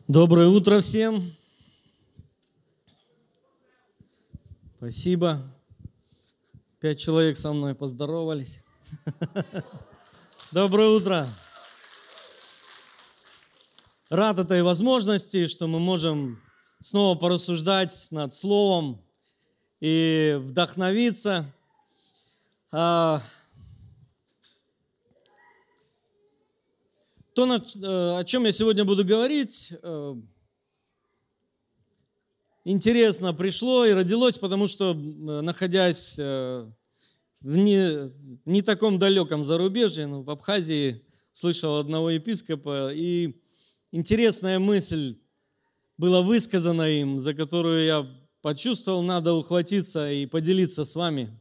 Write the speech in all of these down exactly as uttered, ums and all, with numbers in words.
Доброе утро всем. Спасибо. Пять человек со мной поздоровались. Доброе утро. Рад этой возможности, что мы можем снова порассуждать над Словом и вдохновиться. То, о чем я сегодня буду говорить, интересно пришло и родилось, потому что, находясь в не, не таком далеком зарубежье, но в Абхазии, слышал одного епископа, и интересная мысль была высказана им, за которую я почувствовал, надо ухватиться и поделиться с вами.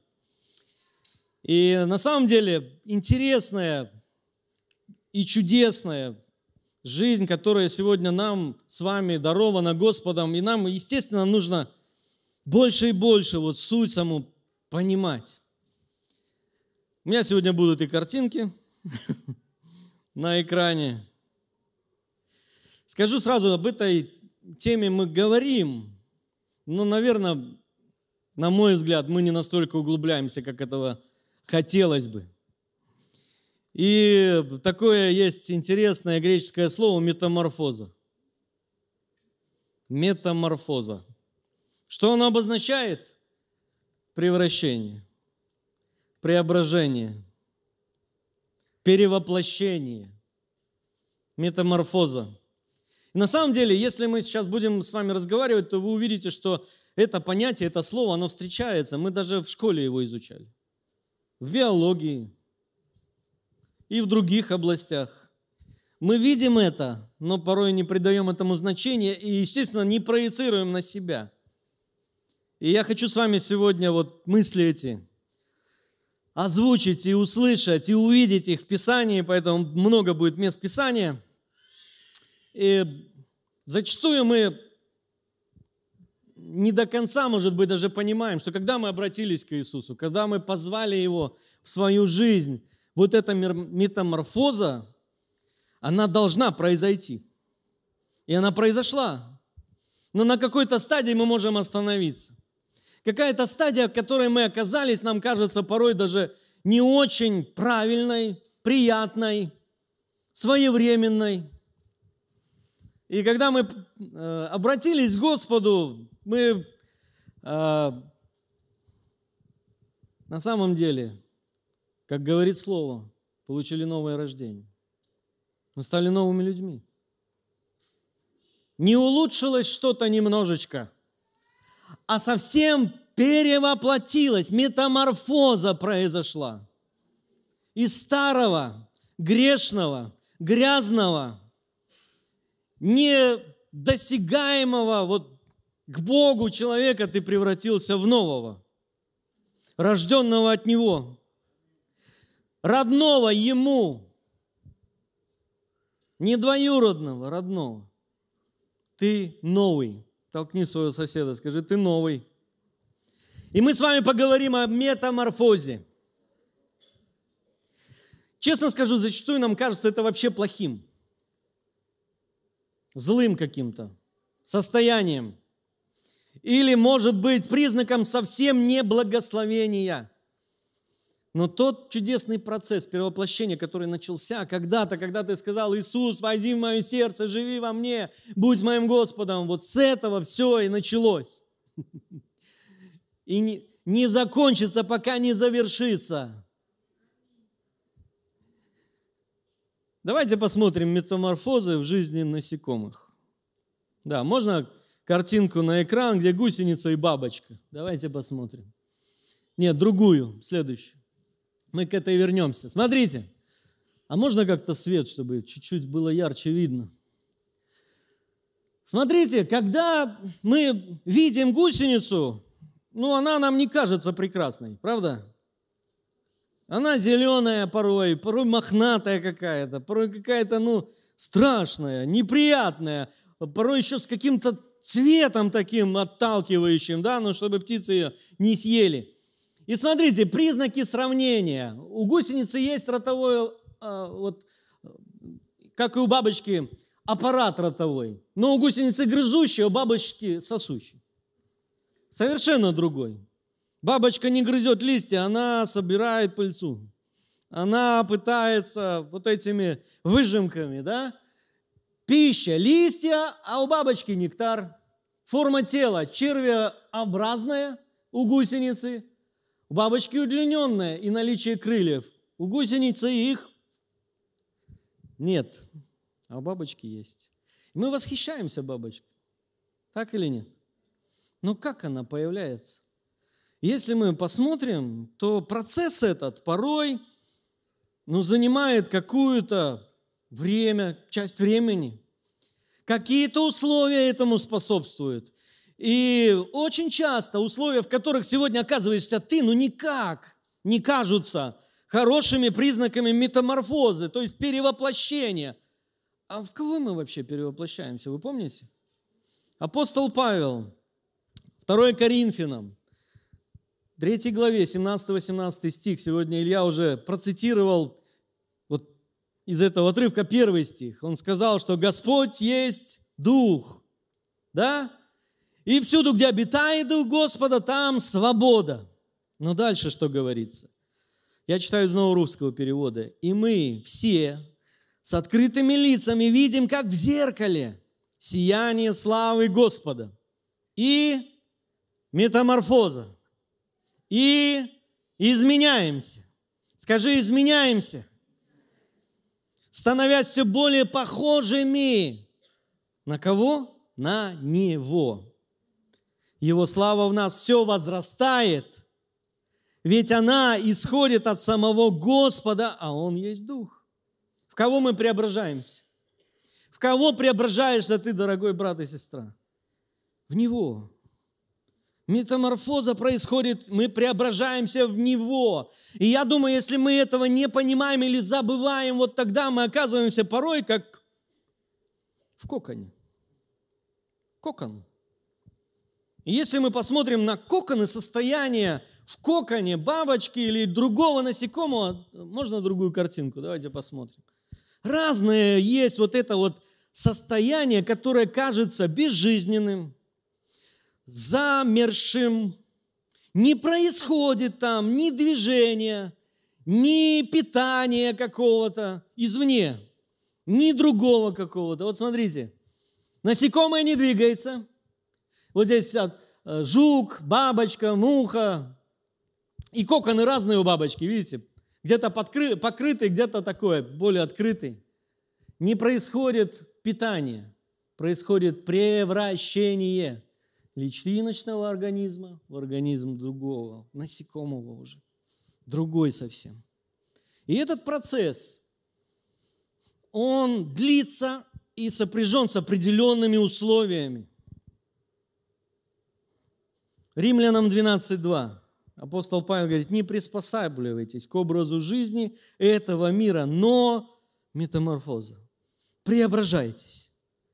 И на самом деле интересная и чудесная жизнь, которая сегодня нам с вами дарована Господом, и нам, естественно, нужно больше и больше вот суть саму понимать. У меня сегодня будут и картинки на экране. Скажу сразу, об этой теме мы говорим, но, наверное, на мой взгляд, мы не настолько углубляемся, как этого хотелось бы. И такое есть интересное греческое слово метаморфоза. Метаморфоза. Что оно обозначает? Превращение, преображение, перевоплощение, метаморфоза. И на самом деле, если мы сейчас будем с вами разговаривать, то вы увидите, что это понятие, это слово, оно встречается. Мы даже в школе его изучали. В биологии и в других областях. Мы видим это, но порой не придаем этому значения и, естественно, не проецируем на себя. И я хочу с вами сегодня вот мысли эти озвучить и услышать, и увидеть их в Писании, поэтому много будет мест Писания. И зачастую мы не до конца, может быть, даже понимаем, что когда мы обратились к Иисусу, когда мы позвали Его в свою жизнь, вот эта метаморфоза, она должна произойти. И она произошла. Но на какой-то стадии мы можем остановиться. Какая-то стадия, в которой мы оказались, нам кажется порой даже не очень правильной, приятной, своевременной. И когда мы э, обратились к Господу, мы э, на самом деле, как говорит Слово, получили новое рождение. Мы стали новыми людьми. Не улучшилось что-то немножечко, а совсем перевоплотилось, метаморфоза произошла. Из старого, грешного, грязного, недосягаемого вот к Богу человека ты превратился в нового, рожденного от Него, родного Ему, не двоюродного, родного. Ты новый. Толкни своего соседа, скажи, ты новый. И мы с вами поговорим о метаморфозе. Честно скажу, зачастую нам кажется это вообще плохим, злым каким-то состоянием. Или, может быть, признаком совсем не благословения. Но тот чудесный процесс перевоплощения, который начался когда-то, когда ты сказал: Иисус, войди в мое сердце, живи во мне, будь моим Господом, вот с этого все и началось. И не, не закончится, пока не завершится. Давайте посмотрим метаморфозы в жизни насекомых. Да, можно картинку на экран, где гусеница и бабочка. Давайте посмотрим. Нет, другую, следующую. Мы к этой вернемся. Смотрите. А можно как-то свет, чтобы чуть-чуть было ярче видно? Смотрите, когда мы видим гусеницу, ну, она нам не кажется прекрасной, правда? Она зеленая порой, порой мохнатая какая-то, порой какая-то, ну, страшная, неприятная, порой еще с каким-то цветом таким отталкивающим, да, ну, чтобы птицы ее не съели. И смотрите, признаки сравнения. У гусеницы есть ротовое, вот, как и у бабочки, аппарат ротовой. Но у гусеницы грызущий, а у бабочки сосущий. Совершенно другой. Бабочка не грызет листья, она собирает пыльцу. Она пытается вот этими выжимками, да? Пища, листья, а у бабочки нектар. Форма тела червеобразная у гусеницы, у бабочки удлиненная и наличие крыльев. У гусеницы их нет, а у бабочки есть. Мы восхищаемся бабочкой, так или нет? Но как она появляется? Если мы посмотрим, то процесс этот порой ну, занимает какую-то время, часть времени. Какие-то условия этому способствуют. И очень часто условия, в которых сегодня оказываешься ты, ну никак не кажутся хорошими признаками метаморфозы, то есть перевоплощения. А в кого мы вообще перевоплощаемся, вы помните? Апостол Павел, второе Коринфянам, третьей главе, семнадцатый-восемнадцатый стих, сегодня Илья уже процитировал вот из этого отрывка первый стих. Он сказал, что Господь есть Дух, да? И всюду, где обитает Дух Господа, там свобода. Но дальше что говорится? Я читаю из нового русского перевода. И мы все с открытыми лицами видим, как в зеркале, сияние славы Господа. И метаморфоза. И изменяемся. Скажи, изменяемся. Становясь все более похожими. На кого? На Него. Его слава в нас все возрастает. Ведь она исходит от самого Господа, а Он есть Дух. В кого мы преображаемся? В кого преображаешься ты, дорогой брат и сестра? В Него. Метаморфоза происходит, мы преображаемся в Него. И я думаю, если мы этого не понимаем или забываем, вот тогда мы оказываемся порой как в коконе. Кокон. И если мы посмотрим на коконы, состояние в коконе бабочки или другого насекомого, можно другую картинку, давайте посмотрим. Разное есть вот это вот состояние, которое кажется безжизненным, замершим, не происходит там ни движения, ни питания какого-то извне, ни другого какого-то. Вот смотрите, насекомое не двигается. Вот здесь сидят жук, бабочка, муха. И коконы разные у бабочки, видите? Где-то подкры- покрытый, где-то такое, более открытый. Не происходит питание, происходит превращение личиночного организма в организм другого, насекомого уже, другой совсем. И этот процесс, он длится и сопряжен с определенными условиями. Римлянам двенадцать два. Апостол Павел говорит, не приспосабливайтесь к образу жизни этого мира, но метаморфоза. Преображайтесь.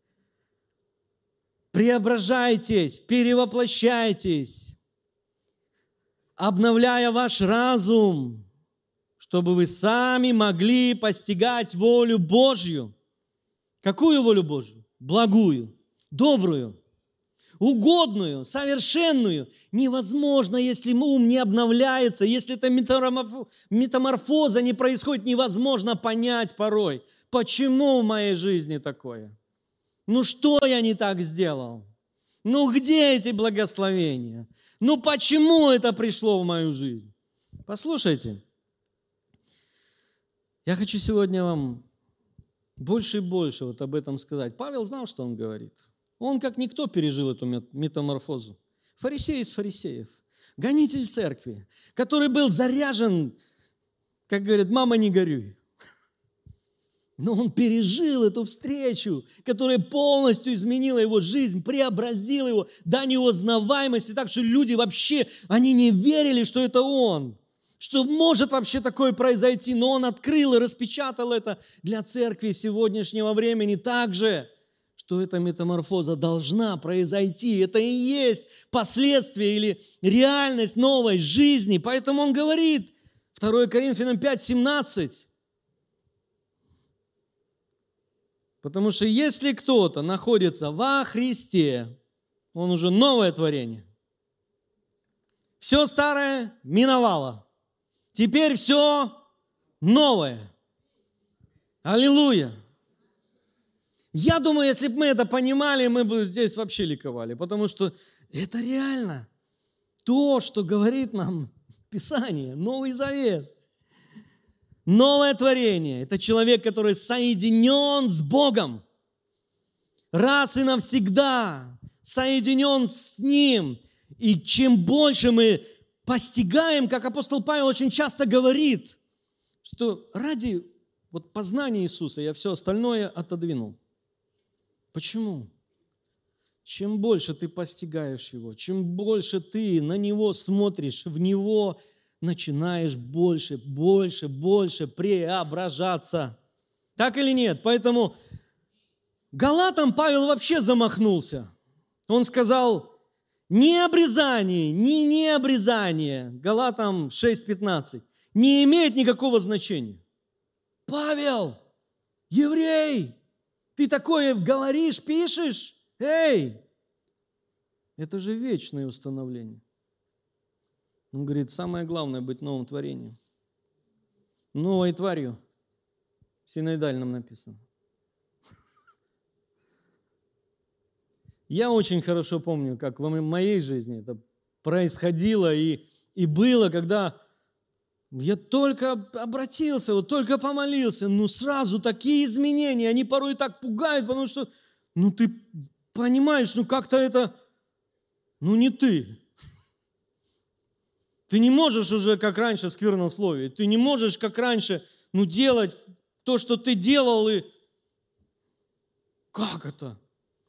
Преображайтесь, перевоплощайтесь, обновляя ваш разум, чтобы вы сами могли постигать волю Божью. Какую волю Божью? Благую, добрую, угодную, совершенную. Невозможно, если ум не обновляется, если эта метаморфоза не происходит, невозможно понять порой, почему в моей жизни такое. Ну что я не так сделал? Ну где эти благословения? Ну почему это пришло в мою жизнь? Послушайте, я хочу сегодня вам больше и больше вот об этом сказать. Павел знал, что он говорит. Он как никто пережил эту метаморфозу. Фарисей из фарисеев, гонитель церкви, который был заряжен, как говорят, мама, не горюй. Но он пережил эту встречу, которая полностью изменила его жизнь, преобразила его до неузнаваемости, так что люди вообще, они не верили, что это он, что может вообще такое произойти, но он открыл и распечатал это для церкви сегодняшнего времени также, что эта метаморфоза должна произойти. Это и есть последствия или реальность новой жизни. Поэтому он говорит, второе Коринфянам пять семнадцать, Потому что если кто-то находится во Христе, он уже новое творение. Все старое миновало. Теперь все новое. Аллилуйя. Я думаю, если бы мы это понимали, мы бы здесь вообще ликовали. Потому что это реально то, что говорит нам Писание, Новый Завет. Новое творение. Это человек, который соединен с Богом. Раз и навсегда соединен с Ним. И чем больше мы постигаем, как апостол Павел очень часто говорит, что ради вот познания Иисуса я все остальное отодвинул. Почему? Чем больше ты постигаешь Его, чем больше ты на Него смотришь, в Него начинаешь больше, больше, больше преображаться. Так или нет? Поэтому Галатам Павел вообще замахнулся. Он сказал, ни обрезание, ни необрезание, Галатам шесть пятнадцать, не имеет никакого значения. Павел, еврей, ты такое говоришь, пишешь? Эй, это же вечное установление. Он говорит, самое главное быть новым творением. Новой тварью. В синоидальном написано. Я очень хорошо помню, как в моей жизни это происходило и, и было, когда я только обратился, вот только помолился, ну сразу такие изменения, они порой так пугают, потому что, ну ты понимаешь, ну как-то это, ну не ты. Ты не можешь уже, как раньше, сквернословить. Ты не можешь, как раньше, ну, делать то, что ты делал, и... Как это?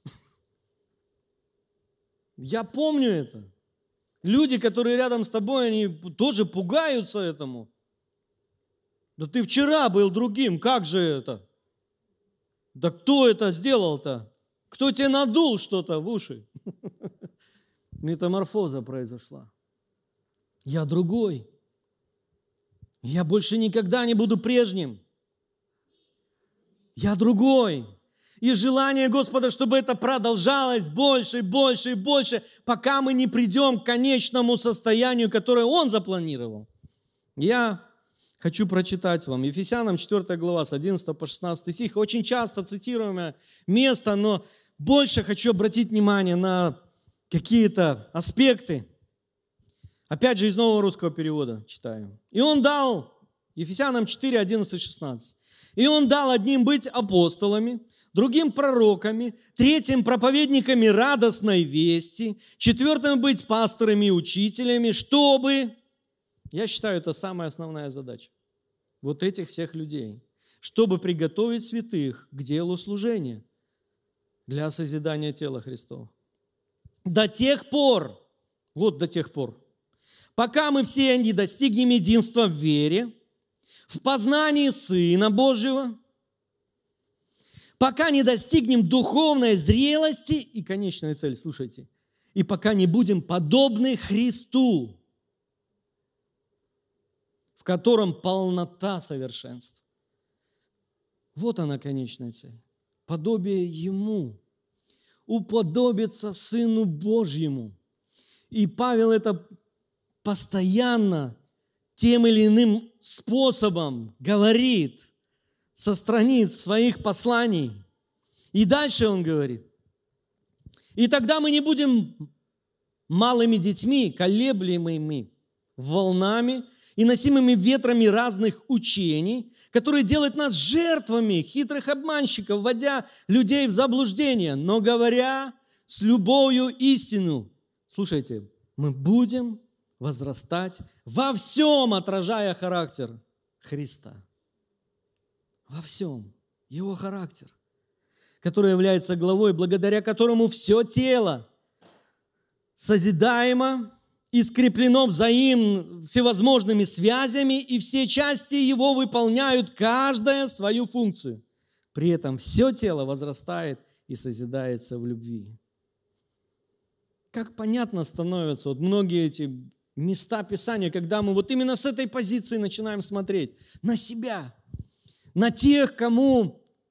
Я помню это. Люди, которые рядом с тобой, они тоже пугаются этому. Да ты вчера был другим, как же это? Да кто это сделал-то? Кто тебе надул что-то в уши? Метаморфоза произошла. Я другой. Я больше никогда не буду прежним. Я другой. И желание Господа, чтобы это продолжалось больше, больше и больше, пока мы не придем к конечному состоянию, которое Он запланировал. Я хочу прочитать вам Ефесянам четвёртая глава с одиннадцатого по шестнадцатый стих. Очень часто цитируемое место, но больше хочу обратить внимание на какие-то аспекты. Опять же, из нового русского перевода читаю. «И он дал», Ефесянам четыре, одиннадцать, шестнадцать, «И он дал одним быть апостолами, другим пророками, третьим проповедниками радостной вести, четвертым быть пасторами и учителями, чтобы...» Я считаю, это самая основная задача. Вот этих всех людей. «Чтобы приготовить святых к делу служения для созидания тела Христова. До тех пор, вот до тех пор, пока мы все не достигнем единства в вере, в познании Сына Божьего, пока не достигнем духовной зрелости и конечная цель, слушайте, и пока не будем подобны Христу, в котором полнота совершенства. Вот она конечная цель. Подобие Ему, уподобиться Сыну Божьему. И Павел это постоянно тем или иным способом говорит со страниц своих посланий. И дальше он говорит, и тогда мы не будем малыми детьми, колеблемыми волнами и носимыми ветрами разных учений, которые делают нас жертвами хитрых обманщиков, вводя людей в заблуждение, но говоря с любовью истину. Слушайте, мы будем возрастать во всем, отражая характер Христа. Во всем. Его характер, который является главой, благодаря которому все тело созидаемо и скреплено взаимно всевозможными связями, и все части его выполняют каждая свою функцию. При этом все тело возрастает и созидается в любви. Как понятно становятся вот многие эти места Писания, когда мы вот именно с этой позиции начинаем смотреть на себя, на тех, кому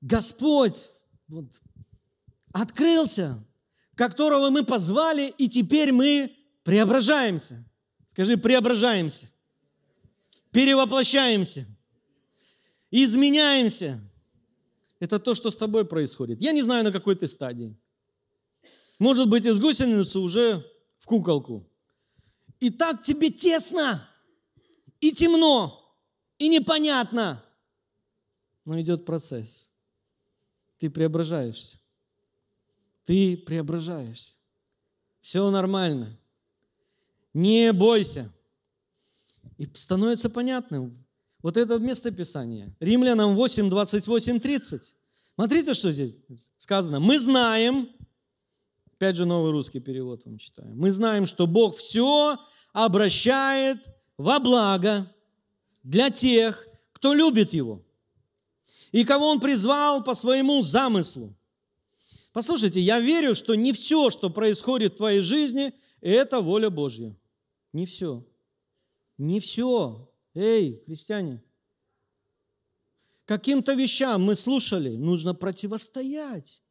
Господь вот, открылся, которого мы позвали, и теперь мы преображаемся. Скажи, преображаемся, перевоплощаемся, изменяемся. Это то, что с тобой происходит. Я не знаю, на какой ты стадии. Может быть, из гусеницы уже в куколку. И так тебе тесно, и темно, и непонятно. Но идет процесс. Ты преображаешься. Ты преображаешься. Все нормально. Не бойся. И становится понятным. Вот это место Писания. Римлянам восемь, двадцать восемь, тридцать. Смотрите, что здесь сказано. Мы знаем, опять же новый русский перевод вам читаю. Мы знаем, что Бог все обращает во благо для тех, кто любит Его. И кого Он призвал по своему замыслу. Послушайте, я верю, что не все, что происходит в твоей жизни, это воля Божья. Не все. Не все. Эй, христиане. Каким-то вещам мы слушали, нужно противостоять.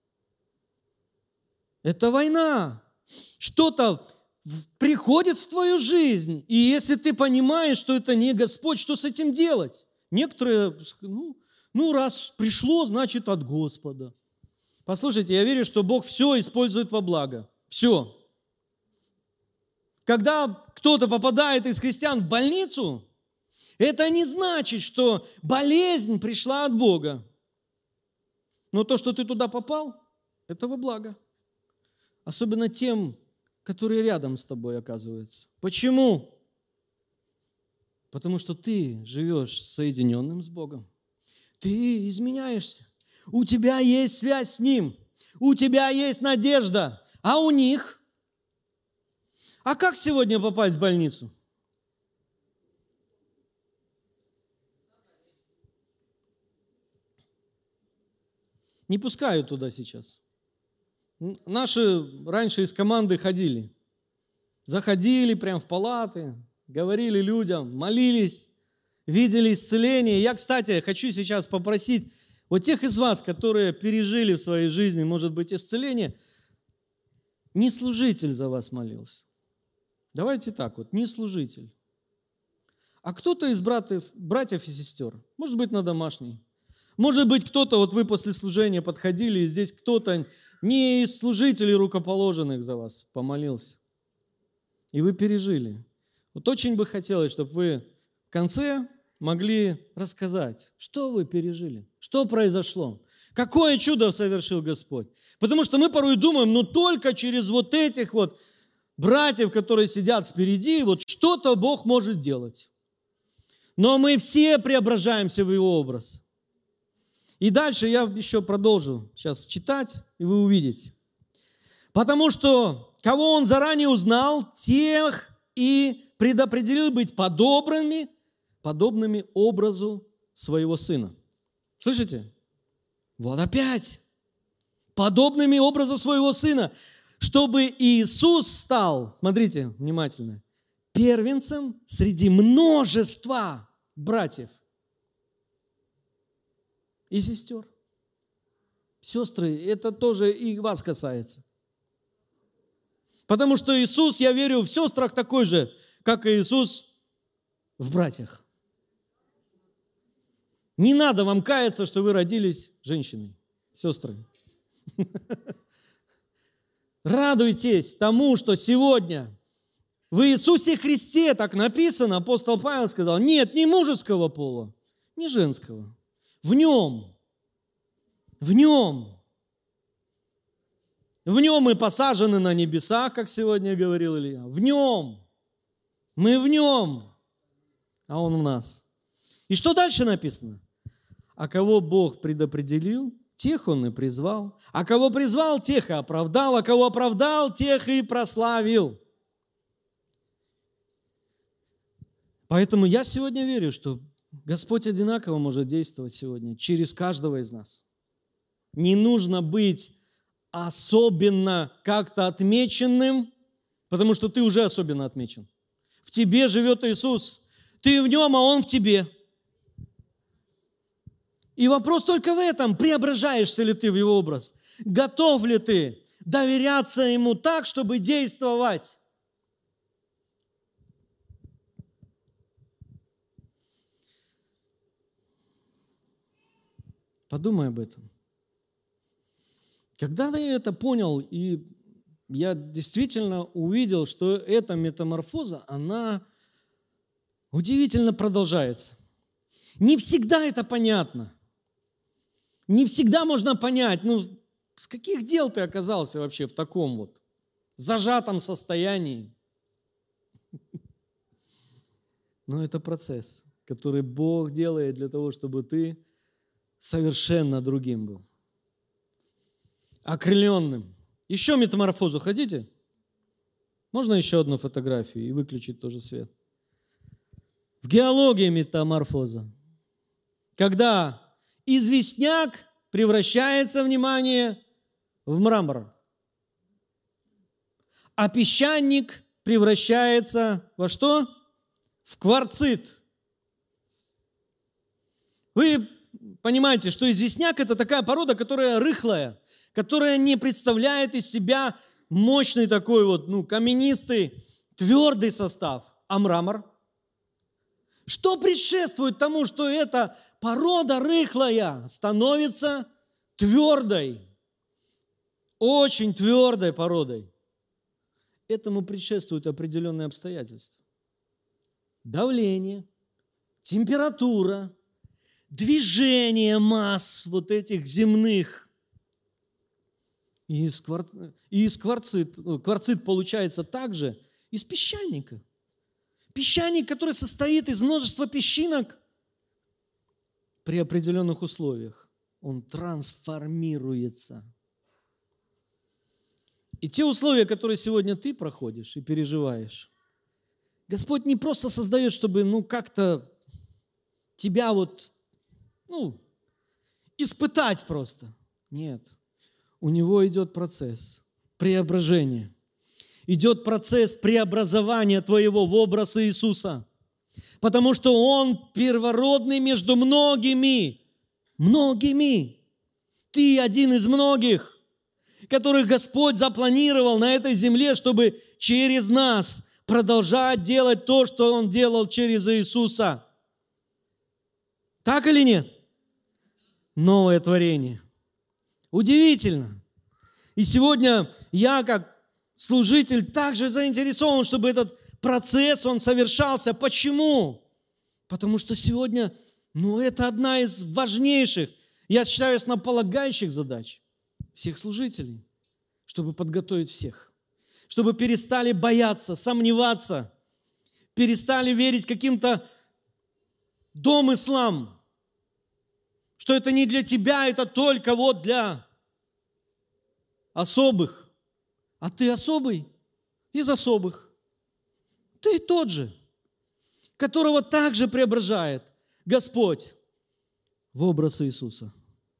Это война. Что-то приходит в твою жизнь, и если ты понимаешь, что это не Господь, что с этим делать? Некоторые, ну, ну раз пришло, значит от Господа. Послушайте, я верю, что Бог все использует во благо. Все. Когда кто-то попадает из христиан в больницу, это не значит, что болезнь пришла от Бога. Но то, что ты туда попал, это во благо. Особенно тем, которые рядом с тобой оказываются. Почему? Потому что ты живешь соединенным с Богом. Ты изменяешься. У тебя есть связь с Ним. У тебя есть надежда. А у них? А как сегодня попасть в больницу? Не пускают туда сейчас. Наши раньше из команды ходили. Заходили прямо в палаты, говорили людям, молились, видели исцеление. Я, кстати, хочу сейчас попросить вот тех из вас, которые пережили в своей жизни, может быть, исцеление, не служитель за вас молился. Давайте так вот, не служитель. А кто-то из братьев, братьев и сестер, может быть, на домашней. Может быть, кто-то, вот вы после служения подходили, и здесь кто-то не из служителей рукоположенных за вас помолился. И вы пережили. Вот очень бы хотелось, чтобы вы в конце могли рассказать, что вы пережили, что произошло, какое чудо совершил Господь. Потому что мы порой думаем, ну только через вот этих вот братьев, которые сидят впереди, вот что-то Бог может делать. Но мы все преображаемся в Его образ. И дальше я еще продолжу сейчас читать, и вы увидите. Потому что кого Он заранее узнал, тех и предопределил быть подобными, подобными образу своего Сына. Слышите? Вот опять. Подобными образу своего Сына, чтобы Иисус стал, смотрите внимательно, первенцем среди множества братьев и сестер. Сестры, это тоже и вас касается. Потому что Иисус, я верю, в сестрах такой же, как и Иисус в братьях. Не надо вам каяться, что вы родились женщиной, сестры. Радуйтесь тому, что сегодня в Иисусе Христе, так написано, апостол Павел сказал, нет ни мужеского пола, ни женского. В нем, в нем, в нем мы посажены на небесах, как сегодня говорил Илья. В нем, мы в нем, а он в нас. И что дальше написано? А кого Бог предопределил, тех Он и призвал. А кого призвал, тех и оправдал. А кого оправдал, тех и прославил. Поэтому я сегодня верю, что Господь одинаково может действовать сегодня через каждого из нас. Не нужно быть особенно как-то отмеченным, потому что ты уже особенно отмечен. В тебе живет Иисус. Ты в нем, а Он в тебе. И вопрос только в этом, преображаешься ли ты в Его образ, готов ли ты доверяться Ему так, чтобы действовать. Подумай об этом. Когда я это понял, и я действительно увидел, что эта метаморфоза, она удивительно продолжается. Не всегда это понятно. Не всегда можно понять, ну, с каких дел ты оказался вообще в таком вот зажатом состоянии. Но это процесс, который Бог делает для того, чтобы ты совершенно другим был. Окрыленным. Еще метаморфозу хотите? Можно еще одну фотографию и выключить тоже свет? В геологии метаморфоза. Когда известняк превращается, внимание, в мрамор, а песчаник превращается во что? В кварцит. Вы понимаете, что известняк – это такая порода, которая рыхлая, которая не представляет из себя мощный такой вот, ну, каменистый, твердый состав. А мрамор? Что предшествует тому, что эта порода рыхлая становится твердой, очень твердой породой? Этому предшествуют определенные обстоятельства. Давление, температура, движение масс вот этих земных. И из, квар... и из кварцит, кварцит получается также из песчаника. Песчаник, который состоит из множества песчинок, при определенных условиях он трансформируется. И те условия, которые сегодня ты проходишь и переживаешь, Господь не просто создает, чтобы, ну, как-то тебя вот, ну, испытать просто. Нет. У Него идет процесс преображения. Идет процесс преобразования твоего в образ Иисуса. Потому что Он первородный между многими. Многими. Ты один из многих, которых Господь запланировал на этой земле, чтобы через нас продолжать делать то, что Он делал через Иисуса. Так или нет? Новое творение. Удивительно. И сегодня я, как служитель, также заинтересован, чтобы этот процесс, он совершался. Почему? Потому что сегодня, ну, это одна из важнейших, я считаю, основополагающих задач всех служителей, чтобы подготовить всех, чтобы перестали бояться, сомневаться, перестали верить каким-то домыслам, что это не для тебя, это только вот для особых. А ты особый из особых. Ты тот же, которого также преображает Господь в образ Иисуса.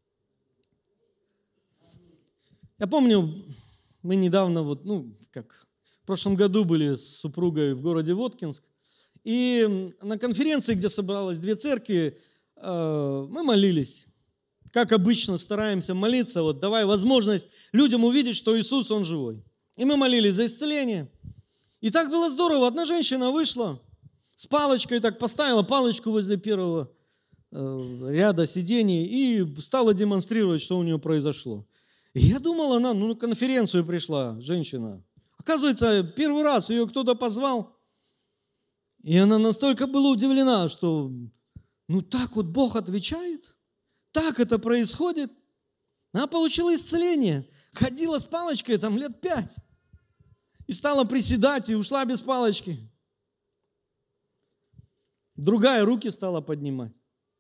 Я помню, мы недавно, вот, ну, как в прошлом году были с супругой в городе Воткинск, и на конференции, где собралось две церкви, мы молились. Как обычно стараемся молиться, вот давай возможность людям увидеть, что Иисус, Он живой. И мы молились за исцеление. И так было здорово. Одна женщина вышла с палочкой, так поставила палочку возле первого э, ряда сидений и стала демонстрировать, что у нее произошло. И я думал, она ну, на конференцию пришла, женщина. Оказывается, первый раз ее кто-то позвал. И она настолько была удивлена, что ну так вот Бог отвечает. Так это происходит. Она получила исцеление. Ходила с палочкой там лет пять. И стала приседать, и ушла без палочки. Другая руки стала поднимать.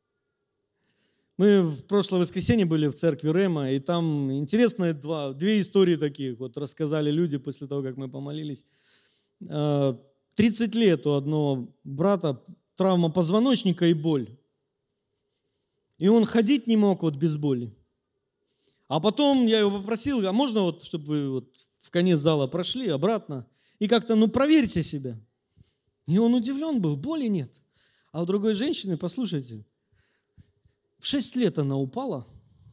Мы в прошлое воскресенье были в церкви Рема, и там интересные два, две истории таких. Вот рассказали люди после того, как мы помолились. тридцать лет у одного брата травма позвоночника и боль. И он ходить не мог вот без боли. А потом я его попросил, а можно вот, чтобы вы вот в конец зала прошли обратно и как-то, ну, проверьте себя. И он удивлен был, боли нет. А у другой женщины, послушайте, В шесть лет она упала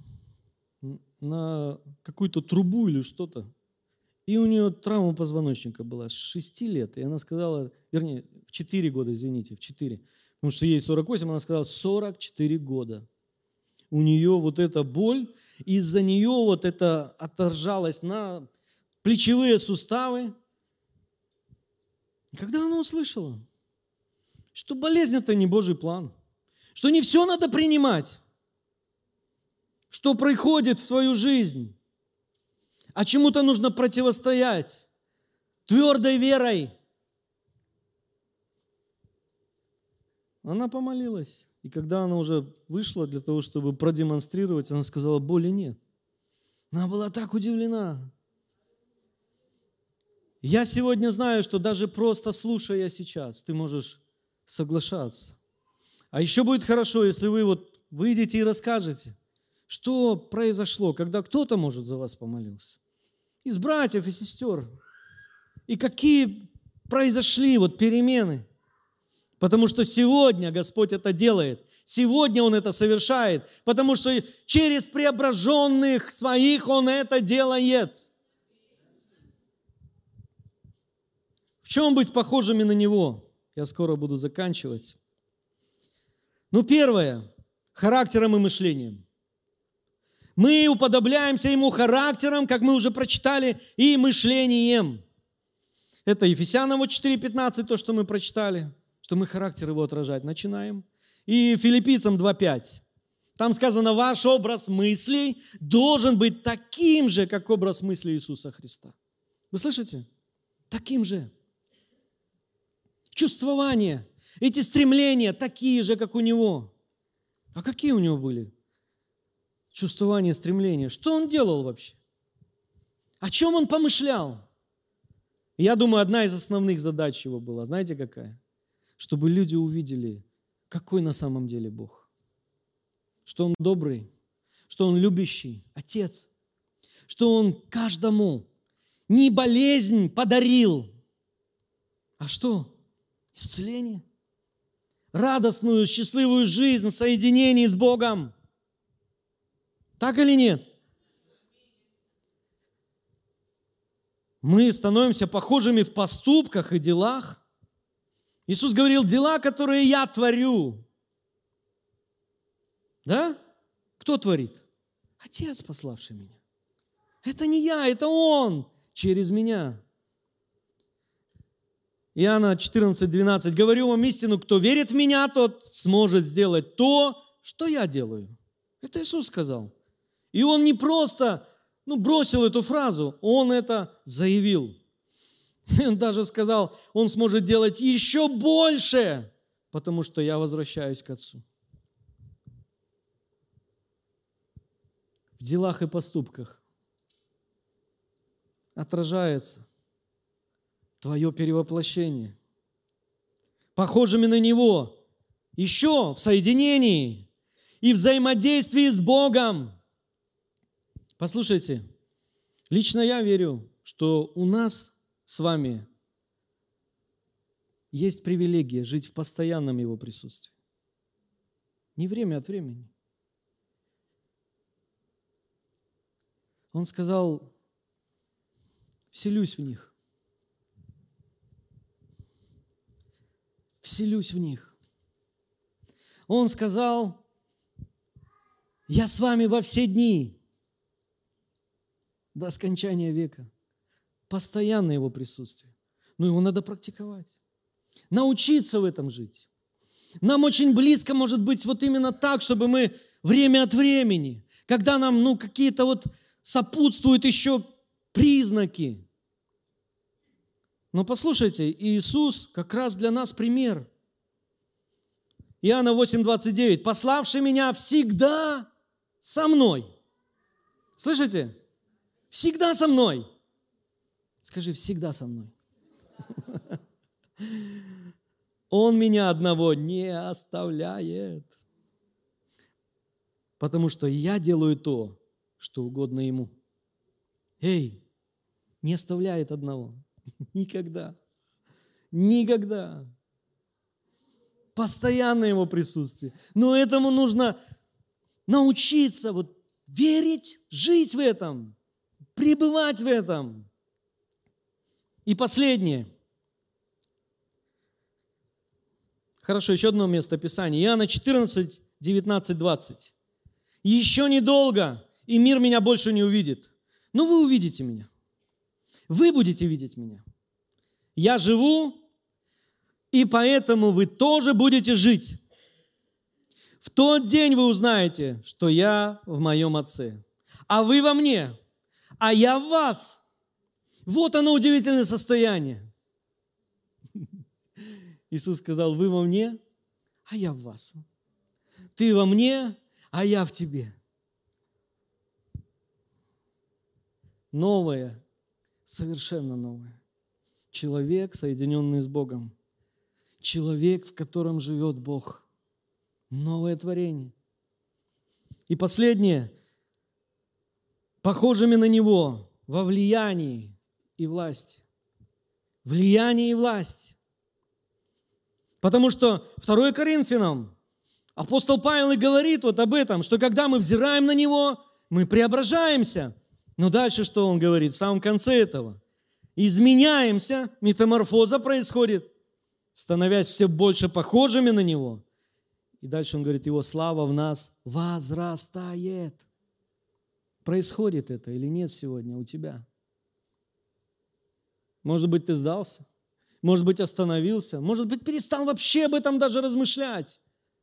на какую-то трубу или что-то. И у нее травма позвоночника была с шести лет. И она сказала, вернее, в четыре года, извините, в четыре. Потому что ей сорок восемь, она сказала, сорок четыре года. У нее вот эта боль, из-за нее вот это отражалось на плечевые суставы. И когда она услышала, что болезнь – это не Божий план, что не все надо принимать, что приходит в свою жизнь, а чему-то нужно противостоять твердой верой. Она помолилась. И когда она уже вышла для того, чтобы продемонстрировать, она сказала, боли нет. Она была так удивлена. Я сегодня знаю, что даже просто слушая сейчас, ты можешь соглашаться. А еще будет хорошо, если вы вот выйдете и расскажете, что произошло, когда кто-то, может, за вас помолился. Из братьев и сестер. И какие произошли вот перемены. Потому что сегодня Господь это делает. Сегодня Он это совершает. Потому что через преображенных своих Он это делает. В чем быть похожими на Него? Я скоро буду заканчивать. Ну, первое. Характером и мышлением. Мы уподобляемся Ему характером, как мы уже прочитали, и мышлением. Это Ефесянам четыре пятнадцать, то, что мы прочитали, что мы характер Его отражать начинаем. И Филиппийцам два пять. Там сказано, ваш образ мыслей должен быть таким же, как образ мыслей Иисуса Христа. Вы слышите? Таким же. Чувствования, эти стремления такие же, как у Него. А какие у Него были? Чувствование, стремление. Что Он делал вообще? О чем Он помышлял? Я думаю, одна из основных задач Его была, знаете какая? Чтобы люди увидели, какой на самом деле Бог. Что Он добрый, что Он любящий Отец, что Он каждому не болезнь подарил, а что? Исцеление. Радостную, счастливую жизнь в соединении с Богом. Так или нет? Мы становимся похожими в поступках и делах. Иисус говорил, дела, которые я творю. Да? Кто творит? Отец, пославший меня. Это не я, это Он через меня. Иоанна четырнадцать двенадцать. Говорю вам истину, кто верит в меня, тот сможет сделать то, что я делаю. Это Иисус сказал. И Он не просто ну, бросил эту фразу, Он это заявил. Он даже сказал, Он сможет делать еще больше, потому что я возвращаюсь к Отцу. В делах и поступках отражается твое перевоплощение. Похожими на Него еще в соединении и взаимодействии с Богом. Послушайте, лично я верю, что у нас с вами есть привилегия жить в постоянном Его присутствии. Не время от времени. Он сказал, вселюсь в них. Вселюсь в них. Он сказал, я с вами во все дни. До скончания века. Постоянно Его присутствие. Но его надо практиковать. Научиться в этом жить. Нам очень близко может быть вот именно так, чтобы мы время от времени, когда нам ну, какие-то вот сопутствуют еще признаки. Но послушайте, Иисус как раз для нас пример. Иоанна восемь двадцать девять. Пославший меня всегда со мной. Слышите? Всегда со мной. Скажи, всегда со мной. Он меня одного не оставляет. Потому что я делаю то, что угодно Ему. Эй, не оставляет одного. Никогда. Никогда. Постоянно Его присутствие. Но этому нужно научиться вот верить, жить в этом, пребывать в этом. И последнее. Хорошо, еще одно место Писания. Иоанна четырнадцать, девятнадцать, двадцать. «Еще недолго, и мир меня больше не увидит. Но вы увидите меня. Вы будете видеть меня. Я живу, и поэтому вы тоже будете жить. В тот день вы узнаете, что я в моем Отце, а вы во мне, а я в вас». Вот оно удивительное состояние. Иисус сказал: вы во мне, а я в вас. Ты во мне, а я в тебе. Новое, совершенно новое. Человек, соединенный с Богом. Человек, в котором живет Бог. Новое творение. И последнее. Похожими на Него во влиянии и власти. Влияние и власть. Потому что второе Коринфянам апостол Павел и говорит вот об этом, что когда мы взираем на Него, мы преображаемся. Но дальше что он говорит в самом конце этого? Изменяемся, метаморфоза происходит, становясь все больше похожими на Него. И дальше он говорит, Его слава в нас возрастает. Происходит это или нет сегодня у тебя? Может быть, ты сдался? Может быть, остановился? Может быть, перестал вообще об этом даже размышлять?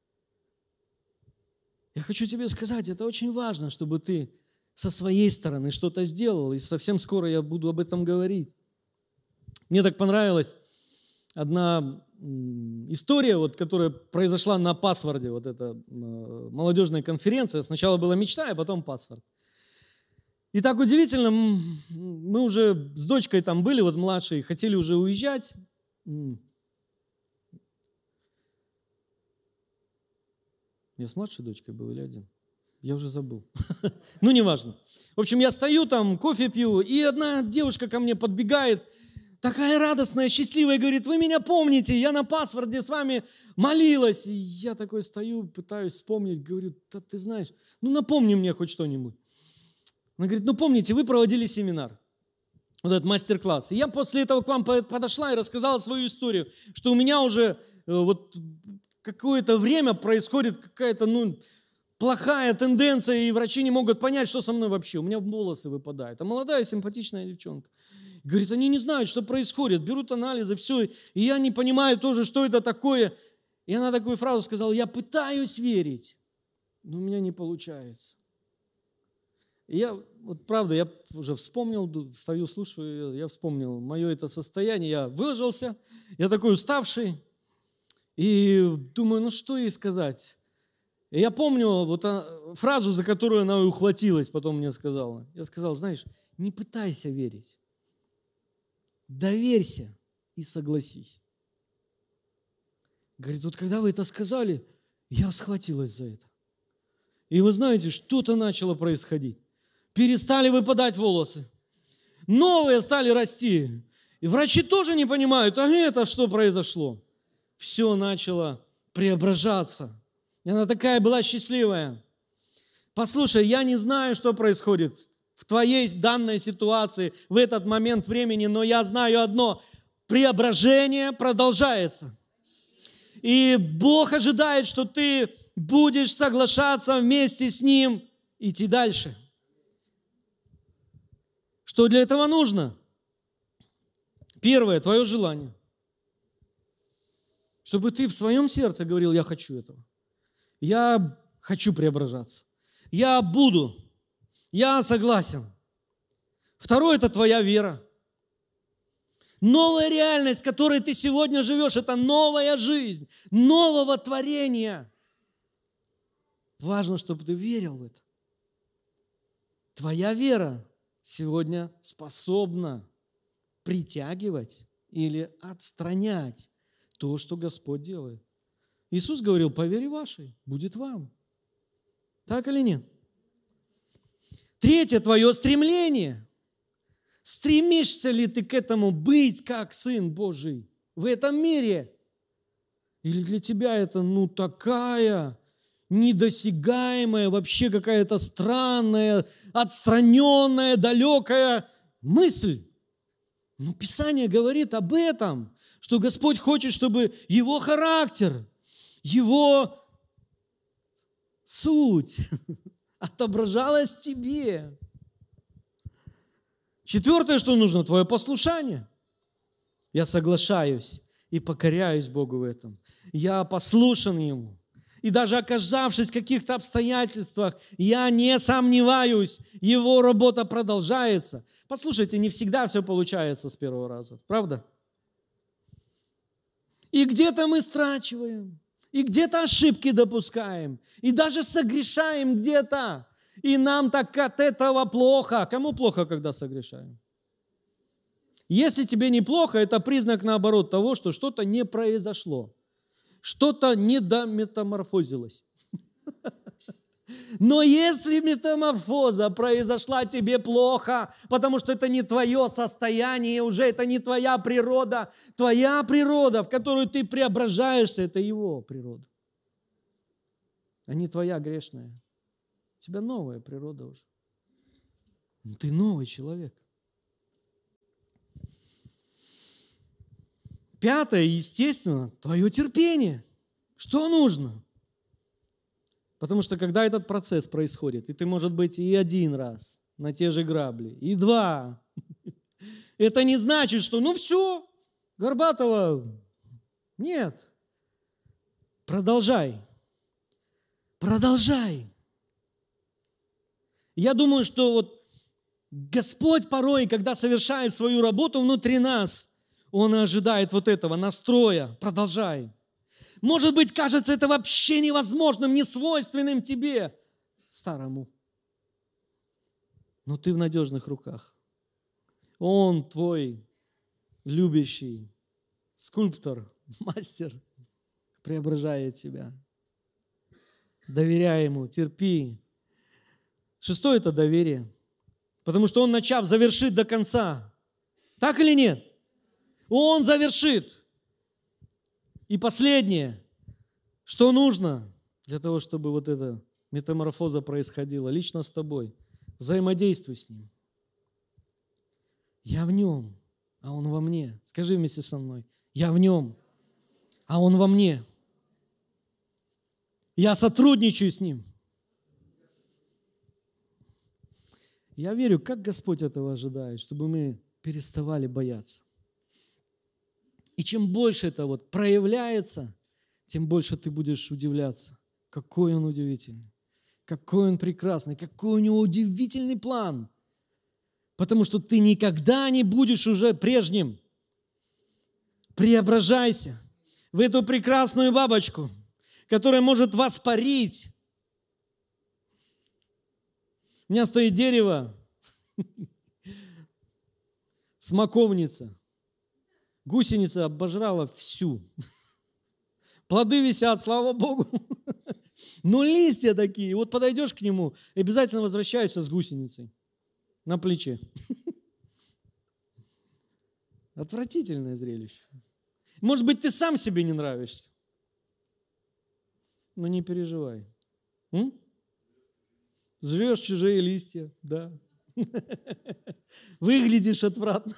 Я хочу тебе сказать, это очень важно, чтобы ты со своей стороны что-то сделал, и совсем скоро я буду об этом говорить. Мне так понравилась одна история, вот, которая произошла на Пасворде, вот эта молодежная конференция. Сначала была мечта, а потом Пасворд. И так удивительно, мы уже с дочкой там были, вот младшей, хотели уже уезжать. Я с младшей дочкой был или один? Я уже забыл. Ну, неважно. В общем, я стою там, кофе пью, и одна девушка ко мне подбегает, такая радостная, счастливая, говорит, вы меня помните, я на Пасворде с вами молилась. И я такой стою, пытаюсь вспомнить, говорю, да ты знаешь, ну напомни мне хоть что-нибудь. Она говорит, ну помните, вы проводили семинар, вот этот мастер-класс. И я после этого к вам подошла и рассказала свою историю, что у меня уже вот какое-то время происходит какая-то, ну, плохая тенденция, и врачи не могут понять, что со мной вообще. У меня волосы выпадают. А молодая, симпатичная девчонка. Говорит, они не знают, что происходит, берут анализы, все, и я не понимаю тоже, что это такое. И она такую фразу сказала, я пытаюсь верить, но у меня не получается. И я, вот правда, я уже вспомнил, стою, слушаю, я вспомнил мое это состояние, я выложился, я такой уставший, и думаю, ну что ей сказать? И я помню вот фразу, за которую она ухватилась, потом мне сказала. Я сказал, знаешь, не пытайся верить, доверься и согласись. Говорит, вот когда вы это сказали, я схватилась за это. И вы знаете, что-то начало происходить. Перестали выпадать волосы. Новые стали расти. И врачи тоже не понимают, а это что произошло? Все начало преображаться. И она такая была счастливая. Послушай, я не знаю, что происходит в твоей данной ситуации, в этот момент времени, но я знаю одно. Преображение продолжается. И Бог ожидает, что ты будешь соглашаться вместе с Ним идти дальше. Что для этого нужно? Первое, твое желание. Чтобы ты в своем сердце говорил, я хочу этого. Я хочу преображаться. Я буду. Я согласен. Второе, это твоя вера. Новая реальность, в которой ты сегодня живешь, это новая жизнь, нового творения. Важно, чтобы ты верил в это. Твоя вера сегодня способна притягивать или отстранять то, что Господь делает. Иисус говорил, по вере вашей будет вам. Так или нет? Третье, твое стремление. Стремишься ли ты к этому быть как Сын Божий в этом мире? Или для тебя это, ну, такая недосягаемая, вообще какая-то странная, отстраненная, далекая мысль. Но Писание говорит об этом, что Господь хочет, чтобы Его характер, Его суть отображалась в тебе. Четвертое, что нужно, твое послушание. Я соглашаюсь и покоряюсь Богу в этом. Я послушан Ему. И даже оказавшись в каких-то обстоятельствах, я не сомневаюсь, Его работа продолжается. Послушайте, не всегда все получается с первого раза, правда? И где-то мы страчиваем, и где-то ошибки допускаем, и даже согрешаем где-то. И нам так от этого плохо. Кому плохо, когда согрешаем? Если тебе неплохо, это признак, наоборот, того, что что-то не произошло. Что-то не дометаморфозилось. Но если метаморфоза произошла тебе плохо, потому что это не твое состояние уже, это не твоя природа, твоя природа, в которую ты преображаешься, это Его природа, а не твоя грешная. У тебя новая природа уже. Ты новый человек. Пятое, естественно, твое терпение. Что нужно? Потому что когда этот процесс происходит, и ты, может быть, и один раз на те же грабли, и два, это не значит, что ну все, Горбатова, нет. Продолжай. Продолжай. Я думаю, что вот Господь порой, когда совершает свою работу внутри нас, Он ожидает вот этого настроя. Продолжай. Может быть, кажется это вообще невозможным, несвойственным тебе, старому. Но ты в надежных руках. Он твой любящий скульптор, мастер, преображает тебя. Доверяй Ему, терпи. Шестое – это доверие. Потому что Он, начав, завершит до конца. Так или нет? Он завершит. И последнее, что нужно для того, чтобы вот эта метаморфоза происходила лично с тобой. Взаимодействуй с Ним. Я в Нем, а Он во мне. Скажи вместе со мной. Я в Нем, а Он во мне. Я сотрудничаю с Ним. Я верю, как Господь этого ожидает, чтобы мы переставали бояться. И чем больше это вот проявляется, тем больше ты будешь удивляться. Какой Он удивительный, какой Он прекрасный, какой у Него удивительный план. Потому что ты никогда не будешь уже прежним. Преображайся в эту прекрасную бабочку, которая может воспарить. У меня стоит дерево, смоковница. Гусеница обожрала всю. Плоды висят, слава Богу. Но листья такие. Вот подойдешь к нему, и обязательно возвращаешься с гусеницей на плече. Отвратительное зрелище. Может быть, ты сам себе не нравишься. Но не переживай. М? Сживешь чужие листья, да. Выглядишь отвратно.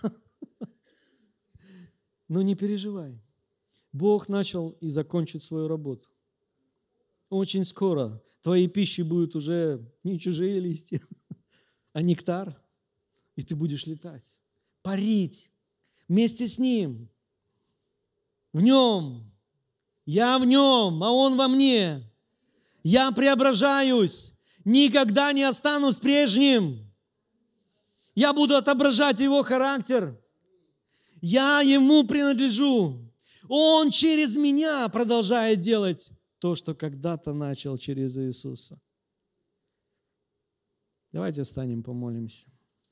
Но не переживай. Бог начал и закончит свою работу. Очень скоро твоей пищей будут уже не чужие листья, а нектар. И ты будешь летать, парить вместе с Ним. В Нем. Я в Нем, а Он во мне. Я преображаюсь. Никогда не останусь прежним. Я буду отображать Его характер. Я Ему принадлежу. Он через меня продолжает делать то, что когда-то начал через Иисуса. Давайте встанем, помолимся.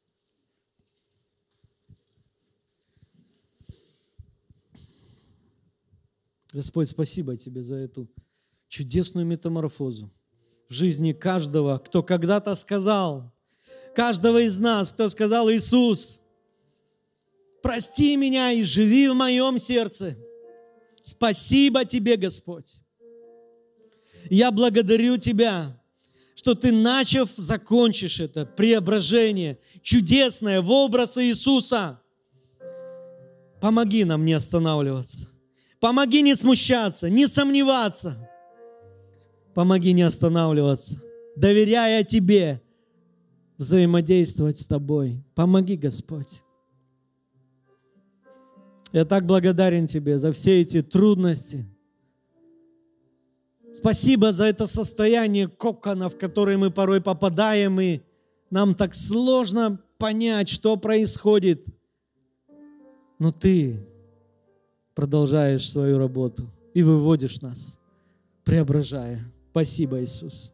Господь, спасибо Тебе за эту чудесную метаморфозу в жизни каждого, кто когда-то сказал, каждого из нас, кто сказал: Иисус, прости меня и живи в моем сердце. Спасибо Тебе, Господь. Я благодарю Тебя, что Ты, начав, закончишь это преображение чудесное в образ Иисуса. Помоги нам не останавливаться. Помоги не смущаться, не сомневаться. Помоги не останавливаться, доверяя Тебе, взаимодействовать с Тобой. Помоги, Господь. Я так благодарен Тебе за все эти трудности. Спасибо за это состояние кокона, в которое мы порой попадаем, и нам так сложно понять, что происходит. Но Ты продолжаешь свою работу и выводишь нас, преображая. Спасибо, Иисус.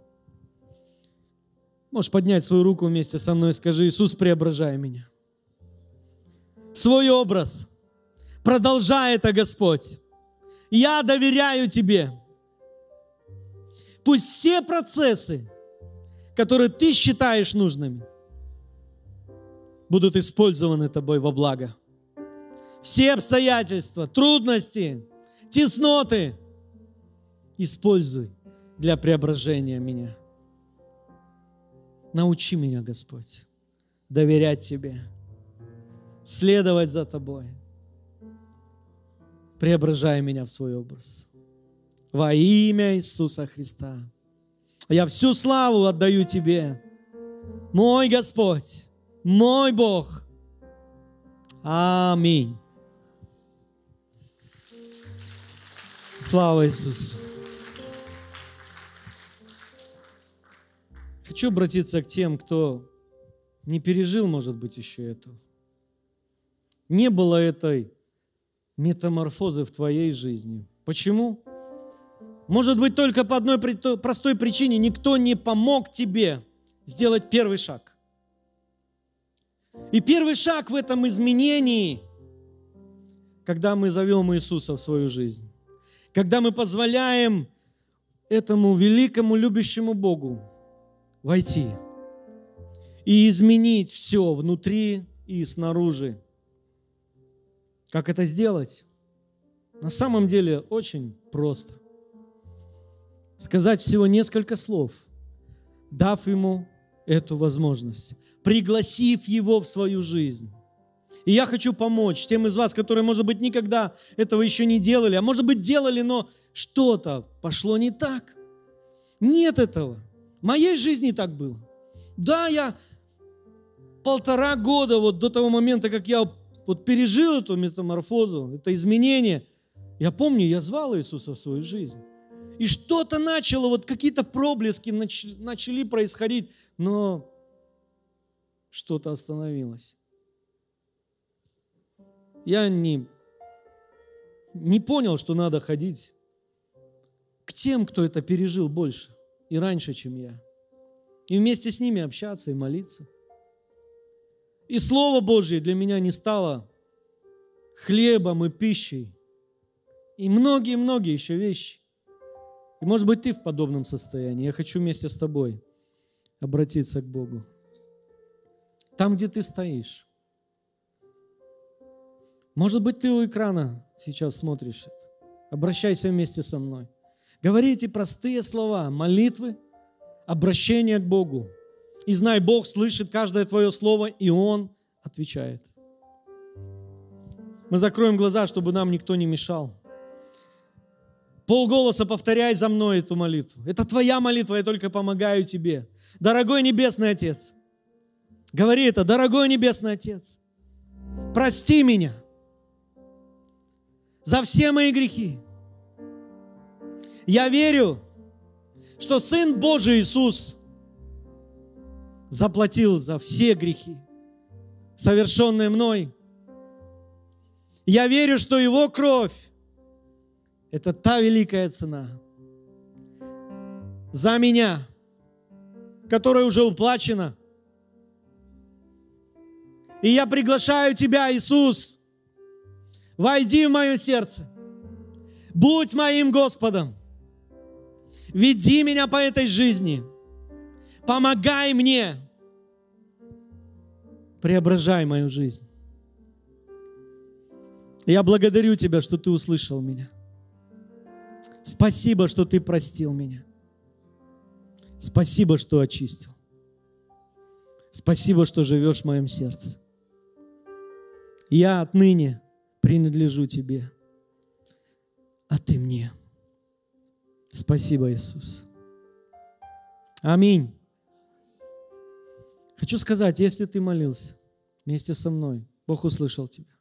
Можешь поднять свою руку вместе со мной и скажи: Иисус, преображай меня. Свой образ. Продолжай это, Господь. Я доверяю Тебе. Пусть все процессы, которые Ты считаешь нужными, будут использованы Тобой во благо. Все обстоятельства, трудности, тесноты используй для преображения меня. Научи меня, Господь, доверять Тебе, следовать за Тобой. Преображай меня в свой образ. Во имя Иисуса Христа. Я всю славу отдаю Тебе, мой Господь, мой Бог. Аминь. Слава Иисусу. Хочу обратиться к тем, кто не пережил, может быть, еще эту. Не было этой метаморфозы в твоей жизни. Почему? Может быть, только по одной простой причине: никто не помог тебе сделать первый шаг. И первый шаг в этом изменении, когда мы зовем Иисуса в свою жизнь, когда мы позволяем этому великому любящему Богу войти и изменить все внутри и снаружи. Как это сделать? На самом деле очень просто. Сказать всего несколько слов, дав ему эту возможность, пригласив его в свою жизнь. И я хочу помочь тем из вас, которые, может быть, никогда этого еще не делали, а может быть, делали, но что-то пошло не так. Нет этого. В моей жизни так было. Да, я полтора года вот до того момента, как я вот пережил эту метаморфозу, это изменение, я помню, я звал Иисуса в свою жизнь. И что-то начало, вот какие-то проблески нач- начали происходить, но что-то остановилось. Я не, не понял, что надо ходить к тем, кто это пережил больше и раньше, чем я. И вместе с ними общаться и молиться. И Слово Божье для меня не стало хлебом и пищей. И многие-многие еще вещи. И, может быть, ты в подобном состоянии. Я хочу вместе с тобой обратиться к Богу. Там, где ты стоишь. Может быть, ты у экрана сейчас смотришь это. Обращайся вместе со мной. Говори эти простые слова, молитвы, обращение к Богу. И знай, Бог слышит каждое твое слово, и Он отвечает. Мы закроем глаза, чтобы нам никто не мешал. Полголоса повторяй за мной эту молитву. Это твоя молитва, я только помогаю тебе. Дорогой Небесный Отец, говори это: дорогой Небесный Отец, прости меня за все мои грехи. Я верю, что Сын Божий Иисус заплатил за все грехи, совершенные мной. Я верю, что Его кровь — это та великая цена за меня, которая уже уплачена. И я приглашаю Тебя, Иисус, войди в мое сердце, будь моим Господом, веди меня по этой жизни, помогай мне, преображай мою жизнь. Я благодарю Тебя, что Ты услышал меня. Спасибо, что Ты простил меня. Спасибо, что очистил. Спасибо, что живешь в моем сердце. Я отныне принадлежу Тебе, а Ты мне. Спасибо, Иисус. Аминь. Хочу сказать, если ты молился вместе со мной, Бог услышал тебя.